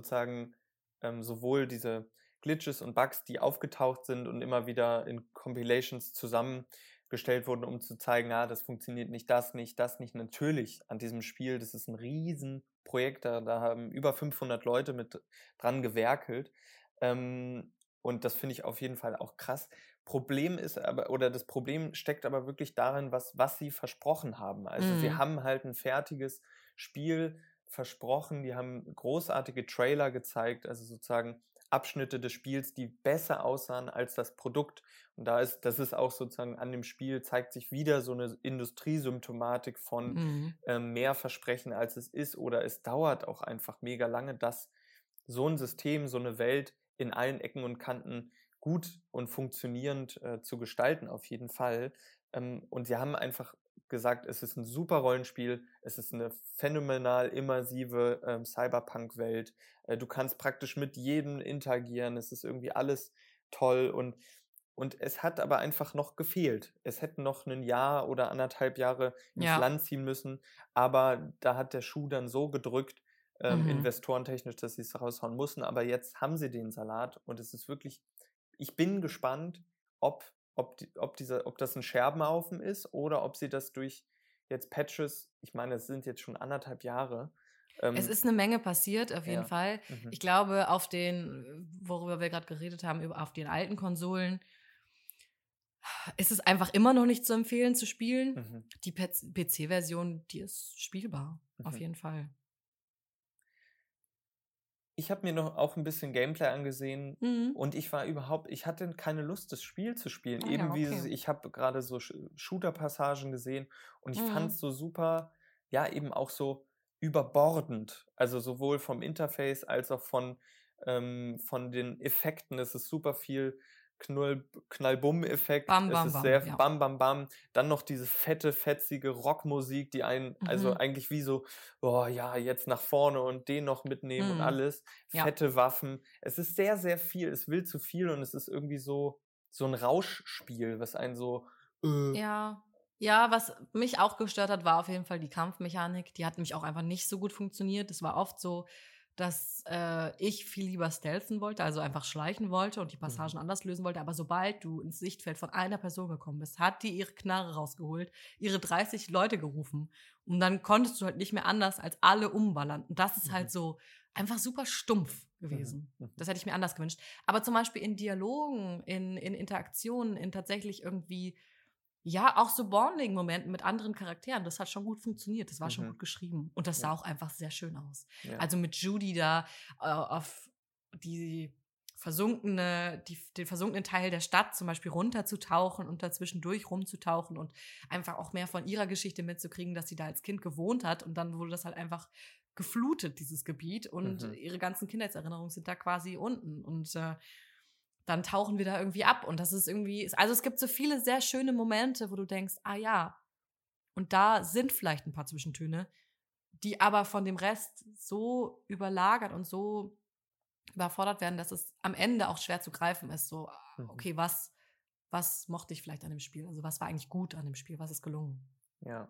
sowohl diese Glitches und Bugs, die aufgetaucht sind und immer wieder in Compilations zusammengestellt wurden, um zu zeigen, das funktioniert nicht, das nicht. Natürlich an diesem Spiel, das ist ein Riesenprojekt, da haben über 500 Leute mit dran gewerkelt. Und das finde ich auf jeden Fall auch krass. Das Problem steckt aber wirklich darin, was sie versprochen haben. Also sie haben halt ein fertiges Spiel versprochen, die haben großartige Trailer gezeigt, also sozusagen Abschnitte des Spiels, die besser aussahen als das Produkt. Und das ist auch sozusagen an dem Spiel, zeigt sich wieder so eine Industriesymptomatik von mehr Versprechen, als es ist. Oder es dauert auch einfach mega lange, dass so ein System, so eine Welt in allen Ecken und Kanten gut und funktionierend zu gestalten, auf jeden Fall. Und sie haben einfach gesagt, es ist ein super Rollenspiel, es ist eine phänomenal immersive Cyberpunk-Welt. Du kannst praktisch mit jedem interagieren, es ist irgendwie alles toll und es hat aber einfach noch gefehlt. Es hätten noch ein Jahr oder 1,5 Jahre ins Land ziehen müssen, aber da hat der Schuh dann so gedrückt, investorentechnisch, dass sie es raushauen mussten, aber jetzt haben sie den Salat und es ist wirklich, ich bin gespannt, ob das ein Scherbenhaufen ist oder ob sie das durch jetzt Patches, ich meine, es sind jetzt schon 1,5 Jahre. Es ist eine Menge passiert, auf jeden Fall. Ich glaube, worüber wir gerade geredet haben, auf den alten Konsolen, ist es einfach immer noch nicht zu empfehlen zu spielen. Die PC-Version, die ist spielbar, auf jeden Fall. Ich habe mir noch auch ein bisschen Gameplay angesehen und ich hatte keine Lust, das Spiel zu spielen. Ich habe gerade so Shooter-Passagen gesehen und ich fand es so super, eben auch so überbordend. Also sowohl vom Interface als auch von den Effekten. Es ist super viel Knall-Bumm-Effekt. Es ist sehr Bam, Bam, Bam. Dann noch diese fette, fetzige Rockmusik, die also eigentlich wie so, jetzt nach vorne und den noch mitnehmen und alles. Fette Waffen. Es ist sehr, sehr viel. Es will zu viel und es ist irgendwie so ein Rauschspiel, was einen so. Ja, was mich auch gestört hat, war auf jeden Fall die Kampfmechanik. Die hat nämlich auch einfach nicht so gut funktioniert. Es war oft so, dass ich viel lieber stealthen wollte, also einfach schleichen wollte und die Passagen anders lösen wollte. Aber sobald du ins Sichtfeld von einer Person gekommen bist, hat die ihre Knarre rausgeholt, ihre 30 Leute gerufen. Und dann konntest du halt nicht mehr anders als alle umballern. Und das ist halt so einfach super stumpf gewesen. Das hätte ich mir anders gewünscht. Aber zum Beispiel in Dialogen, in Interaktionen, in tatsächlich irgendwie auch so Bonding-Momenten mit anderen Charakteren, das hat schon gut funktioniert, das war schon gut geschrieben und das sah auch einfach sehr schön aus. Also mit Judy da auf den versunkenen Teil der Stadt zum Beispiel runterzutauchen und dazwischendurch rumzutauchen und einfach auch mehr von ihrer Geschichte mitzukriegen, dass sie da als Kind gewohnt hat und dann wurde das halt einfach geflutet, dieses Gebiet und ihre ganzen Kindheitserinnerungen sind da quasi unten und dann tauchen wir da irgendwie ab und das ist irgendwie, also es gibt so viele sehr schöne Momente, wo du denkst, und da sind vielleicht ein paar Zwischentöne, die aber von dem Rest so überlagert und so überfordert werden, dass es am Ende auch schwer zu greifen ist, so, okay, was mochte ich vielleicht an dem Spiel, also was war eigentlich gut an dem Spiel, was ist gelungen? Ja,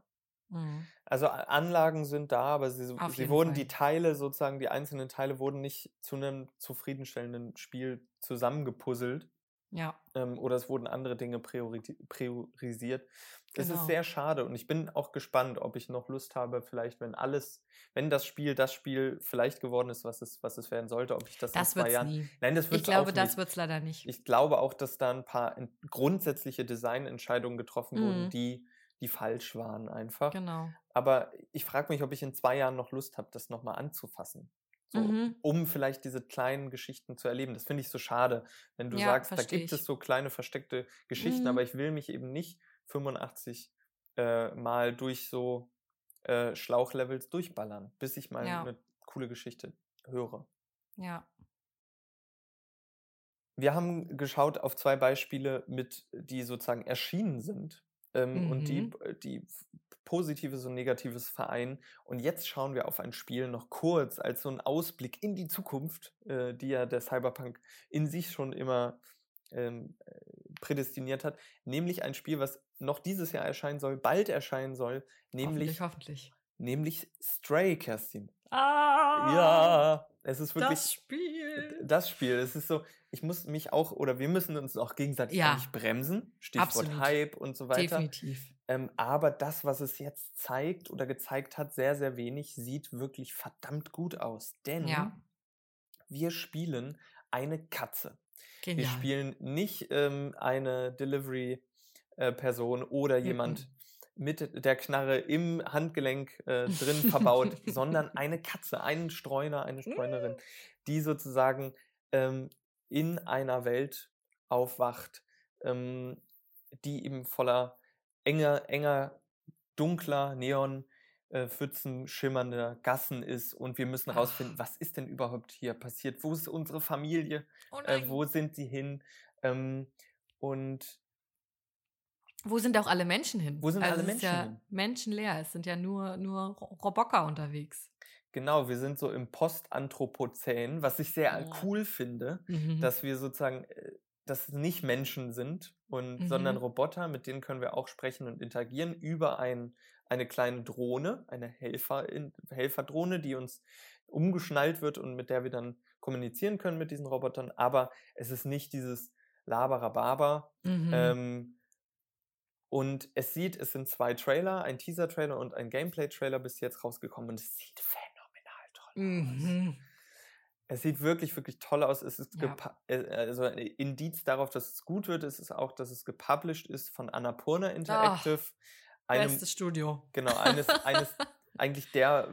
Mhm. Also Anlagen sind da, aber Auf sie jeden wurden, Fall. die Teile sozusagen, die einzelnen Teile wurden nicht zu einem zufriedenstellenden Spiel zusammengepuzzelt. Ja, Oder es wurden andere Dinge priorisiert. Es ist genau. sehr schade und ich bin auch gespannt, ob ich noch Lust habe, vielleicht, wenn das Spiel vielleicht geworden ist, was es werden sollte, ob ich das in Das 2 wird's Jahren. nie. Nein, das Ich wird es glaube, auch das nicht. wird's leider nicht. Ich glaube auch, dass da ein paar grundsätzliche Designentscheidungen getroffen wurden, Mhm. die falsch waren einfach. Genau. Aber ich frage mich, ob ich in 2 Jahren noch Lust habe, das noch mal anzufassen. So, Mhm. um vielleicht diese kleinen Geschichten zu erleben. Das finde ich so schade, wenn du Ja, sagst, da verstehe gibt es ich. so kleine versteckte Geschichten, Mhm. aber ich will mich eben nicht 85 Mal durch so Schlauchlevels durchballern, bis ich mal Ja, eine coole Geschichte höre. ja. Wir haben geschaut auf 2 Beispiele die sozusagen erschienen sind, und Mhm. die Positives und Negatives vereinen. Und jetzt schauen wir auf ein Spiel noch kurz als so 'n Ausblick in die Zukunft, die ja der Cyberpunk in sich schon immer, prädestiniert hat, nämlich ein Spiel, was noch dieses Jahr erscheinen soll, bald erscheinen soll, Hoffentlich, nämlich hoffentlich. Stray, Kerstin. Ah, Ja, es ist das wirklich Spiel. das Spiel. Es ist so, ich muss mich auch oder wir müssen uns auch gegenseitig eigentlich Ja, bremsen, Stichwort absolut. Hype und so weiter. Definitiv. Aber das, was es jetzt zeigt oder gezeigt hat, sehr, sehr wenig, sieht wirklich verdammt gut aus. Ja, Denn wir spielen eine Katze. Wir genial. spielen nicht eine Delivery-Person oder Mhm. jemand mit der Knarre im Handgelenk drin verbaut, sondern eine Katze, einen Streuner, eine Streunerin, die sozusagen ähm, in einer Welt aufwacht, ähm, die eben voller enger, dunkler Neon Pfützen schimmernder Gassen ist und wir müssen rausfinden, Ach, was ist denn überhaupt hier passiert? Wo ist unsere Familie? oh nein. Wo sind sie hin? Ähm, und Wo sind auch alle Menschen hin? wo sind Also alle es ist Menschen ja hin? menschenleer. Es sind ja nur Roboter unterwegs. Genau, wir sind so im Postanthropozän, was ich sehr Oh. cool finde, Mhm. dass wir sozusagen, dass es nicht Menschen sind, sondern Mhm. Roboter, mit denen können wir auch sprechen und interagieren über eine kleine Drohne, eine Helferdrohne, die uns umgeschnallt wird und mit der wir dann kommunizieren können mit diesen Robotern. Aber es ist nicht dieses Laberababa. Mhm. Ähm, und es sind 2 Trailer, ein Teaser-Trailer und ein Gameplay-Trailer bis jetzt rausgekommen und es sieht phänomenal toll aus. Mhm. Es sieht wirklich, wirklich toll aus. Es ist Ja. also ein Indiz darauf, dass es gut wird, ist es auch, dass es gepublished ist von Annapurna Ah, Interactive, einem, bestes Studio. genau, eines eigentlich der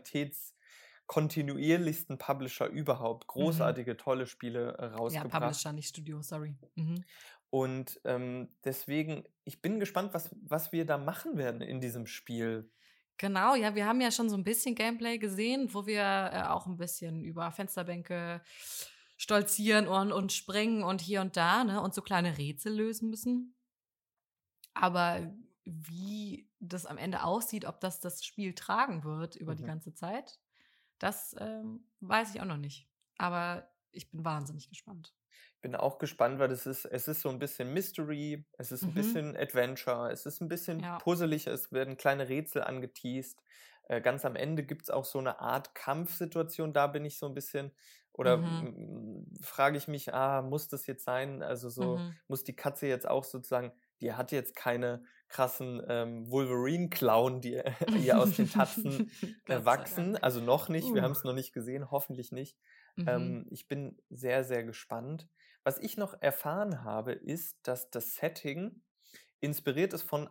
qualitätskontinuierlichsten Publisher überhaupt. Mhm. Großartige, tolle Spiele Ja, rausgebracht. Publisher, nicht Studio, sorry. Mhm. Und deswegen, ich bin gespannt, was wir da machen werden in diesem Spiel. Genau, ja, wir haben ja schon so ein bisschen Gameplay gesehen, wo wir auch ein bisschen über Fensterbänke stolzieren und springen und hier und da, ne, und so kleine Rätsel lösen müssen. Aber wie das am Ende aussieht, ob das Spiel tragen wird über die Mhm. ganze Zeit, das weiß ich auch noch nicht. Aber ich bin wahnsinnig gespannt. Bin auch gespannt, weil es ist so ein bisschen Mystery, es ist ein Mhm. bisschen Adventure, es ist ein bisschen Ja. puzzelig, es werden kleine Rätsel angeteast. Ganz am Ende gibt's auch so eine Art Kampfsituation, da bin ich so ein bisschen oder Mhm. frage ich mich: muss das jetzt sein?“ Also, so Mhm. muss die Katze jetzt auch sozusagen, die hat jetzt keine krassen, Wolverine-Klauen, die ihr aus den Tatzen, Gott sei wachsen. Dank. Also, noch nicht, wir Uh. haben es noch nicht gesehen, hoffentlich nicht. Mhm. Ich bin sehr, sehr gespannt. Was ich noch erfahren habe, ist, dass das Setting inspiriert ist von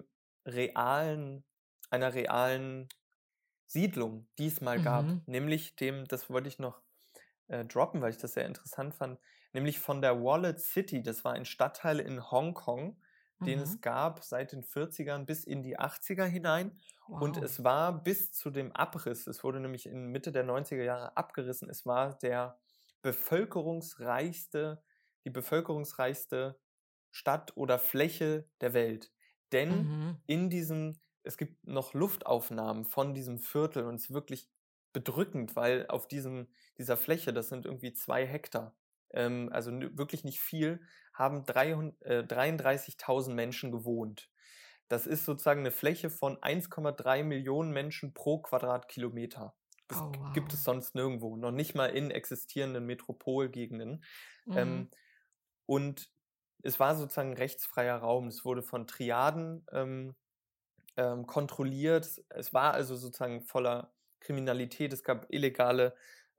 realen einer realen Siedlung, die es mal gab. Mhm. Nämlich das wollte ich noch, droppen, weil ich das sehr interessant fand, nämlich von der Wallet City. Das war ein Stadtteil in Hongkong, den Mhm. es gab seit den 40ern bis in die 80er hinein. Und Wow. es war bis zu dem Abriss, es wurde nämlich in Mitte der 90er Jahre abgerissen, es war bevölkerungsreichste die bevölkerungsreichste Stadt oder Fläche der Welt. Denn Mhm. es gibt noch Luftaufnahmen von diesem Viertel und es ist wirklich bedrückend, weil auf dieser Fläche, das sind irgendwie 2 Hektar, also wirklich nicht viel, haben 33.000 Menschen gewohnt. Das ist sozusagen eine Fläche von 1,3 Millionen Menschen pro Quadratkilometer. Das Oh, wow. gibt es sonst nirgendwo, noch nicht mal in existierenden Metropolgegenden. Mhm. Und es war sozusagen ein rechtsfreier Raum. Es wurde von Triaden kontrolliert. Es war also sozusagen voller Kriminalität. Es gab illegale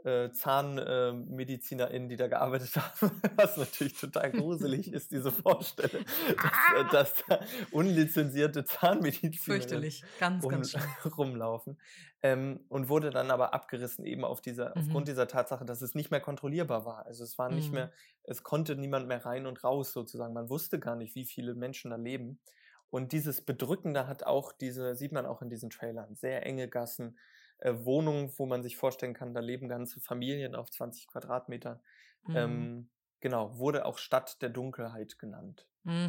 ZahnmedizinerInnen, die da gearbeitet haben, was natürlich total gruselig ist, diese Vorstellung, dass da unlizenzierte Zahnmedizinerinnen Fürchterlich. Ganz, ganz schlimm. rumlaufen. Und wurde dann aber abgerissen, eben aufgrund dieser Tatsache, dass es nicht mehr kontrollierbar war. Also es war nicht mehr, es konnte niemand mehr rein und raus sozusagen. Man wusste gar nicht, wie viele Menschen da leben. Und dieses Bedrückende hat auch sieht man auch in diesen Trailern, sehr enge Gassen, Wohnungen, wo man sich vorstellen kann, da leben ganze Familien auf 20 Quadratmetern. Genau, wurde auch Stadt der Dunkelheit genannt.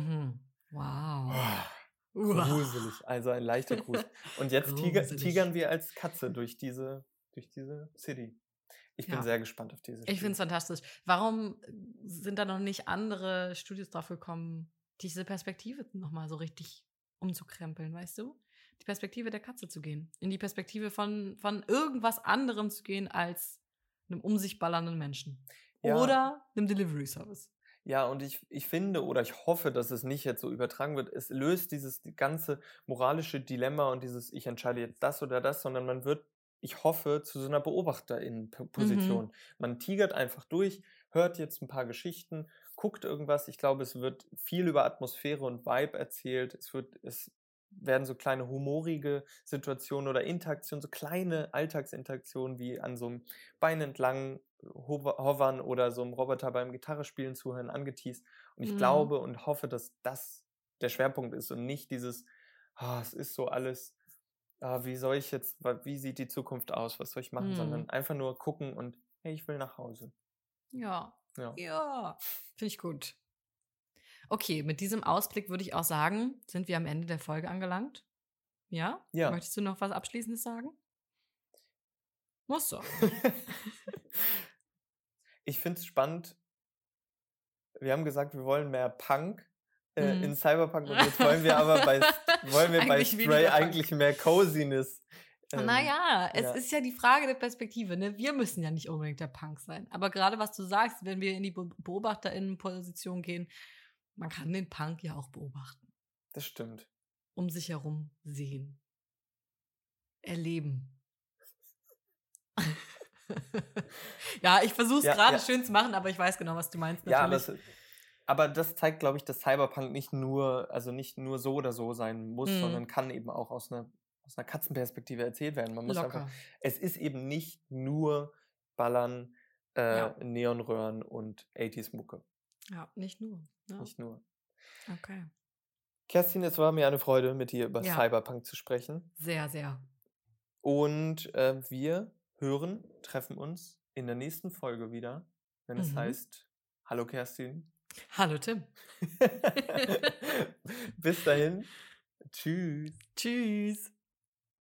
Wow. Gruselig, also ein leichter Grusel. Und jetzt tigern wir als Katze durch diese City. Ich bin sehr gespannt auf diese Studie. Ich finde es fantastisch. Warum sind da noch nicht andere Studios drauf gekommen, diese Perspektive nochmal so richtig umzukrempeln, weißt du? Die Perspektive der Katze zu gehen. In die Perspektive von irgendwas anderem zu gehen als einem um sich ballernden Menschen. Ja. Oder einem Delivery-Service. Ja, und ich finde oder ich hoffe, dass es nicht jetzt so übertragen wird. Es löst dieses ganze moralische Dilemma und dieses, ich entscheide jetzt das oder das, sondern man wird, ich hoffe, zu so einer BeobachterInnen-Position. Man tigert einfach durch, hört jetzt ein paar Geschichten, guckt irgendwas. Ich glaube, es wird viel über Atmosphäre und Vibe erzählt. Es werden so kleine humorige Situationen oder Interaktionen, so kleine Alltagsinteraktionen wie an so einem Bein entlang hovern oder so einem Roboter beim Gitarrespielen zuhören, angeteast. Und ich glaube und hoffe, dass das der Schwerpunkt ist und nicht dieses, es ist so alles, wie sieht die Zukunft aus, was soll ich machen, sondern einfach nur gucken und, hey, ich will nach Hause. Ja. Finde ich gut. Okay, mit diesem Ausblick würde ich auch sagen, sind wir am Ende der Folge angelangt. Ja? Möchtest du noch was Abschließendes sagen? Musst du. Ich finde es spannend. Wir haben gesagt, wir wollen mehr Punk in Cyberpunk und jetzt wollen wir aber bei Stray eigentlich mehr Coziness. Naja, es ist ja die Frage der Perspektive. Ne? Wir müssen ja nicht unbedingt der Punk sein. Aber gerade was du sagst, wenn wir in die BeobachterInnen-Position gehen, man kann den Punk ja auch beobachten. Das stimmt. Um sich herum sehen. Erleben. Ja, ich versuche es gerade schön zu machen, aber ich weiß genau, was du meinst. Natürlich. Ja, aber das zeigt, glaube ich, dass Cyberpunk nicht nur so oder so sein muss, sondern kann eben auch aus einer Katzenperspektive erzählt werden. Man muss einfach, es ist eben nicht nur Ballern, Neonröhren und 80s-Mucke. Ja, nicht nur. Ja. Nicht nur. Okay. Kerstin, es war mir eine Freude, mit dir über Cyberpunk zu sprechen. Sehr, sehr. Und wir treffen uns in der nächsten Folge wieder, wenn es heißt, hallo Kerstin. Hallo Tim. Bis dahin. Tschüss. Tschüss.